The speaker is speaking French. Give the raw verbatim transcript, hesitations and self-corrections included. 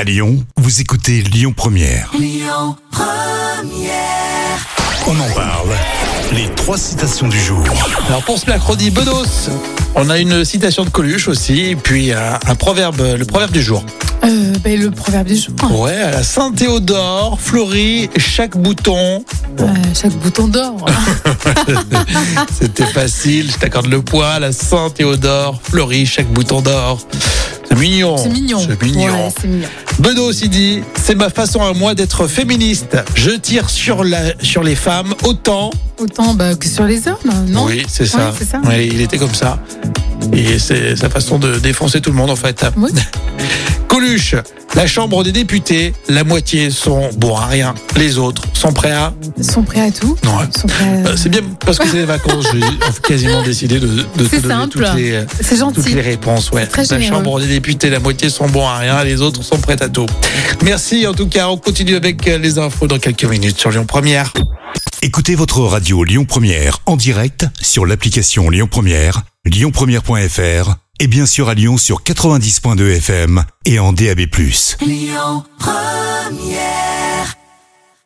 À Lyon, vous écoutez Lyon Première. Lyon Première. On en parle. Les trois citations du jour. Alors pour ce mercredi Bedos, on a une citation de Coluche aussi, et puis un, un proverbe, le proverbe du jour. Euh, ben, le proverbe du jour. Ouais, à la Saint-Théodore, fleurit chaque bouton. Euh, chaque bouton d'or. C'était facile, je t'accorde le point. La Saint-Théodore, fleurit chaque bouton d'or. C'est mignon. C'est mignon. C'est mignon. Ouais, c'est mignon. Bedos il dit, c'est ma façon à moi d'être féministe. Je tire sur, la, sur les femmes autant. Autant bah, que sur les hommes, non? Oui, c'est ça. Ouais, c'est ça. Ouais, il était comme ça. Et c'est sa façon de défoncer tout le monde en fait. Oui. Coluche, la Chambre des députés, la moitié sont bons à rien. Les autres sont prêts à... Ils sont prêts à tout. Non, Ils sont prêts à... euh, c'est bien parce que c'est les vacances. J'ai quasiment décidé de, de te C'est donner simple. toutes les, C'est gentil. toutes les réponses. Ouais. Très La généreux. Chambre des députés, la moitié sont bons à rien. Les autres sont prêts à tout. Merci en tout cas. On continue avec les infos dans quelques minutes sur Lyon Première. Écoutez votre radio Lyon Première en direct sur l'application Lyon Première, lyon première point f r et bien sûr à Lyon sur quatre-vingt-dix point deux F M et en D A B plus. Lyon Première.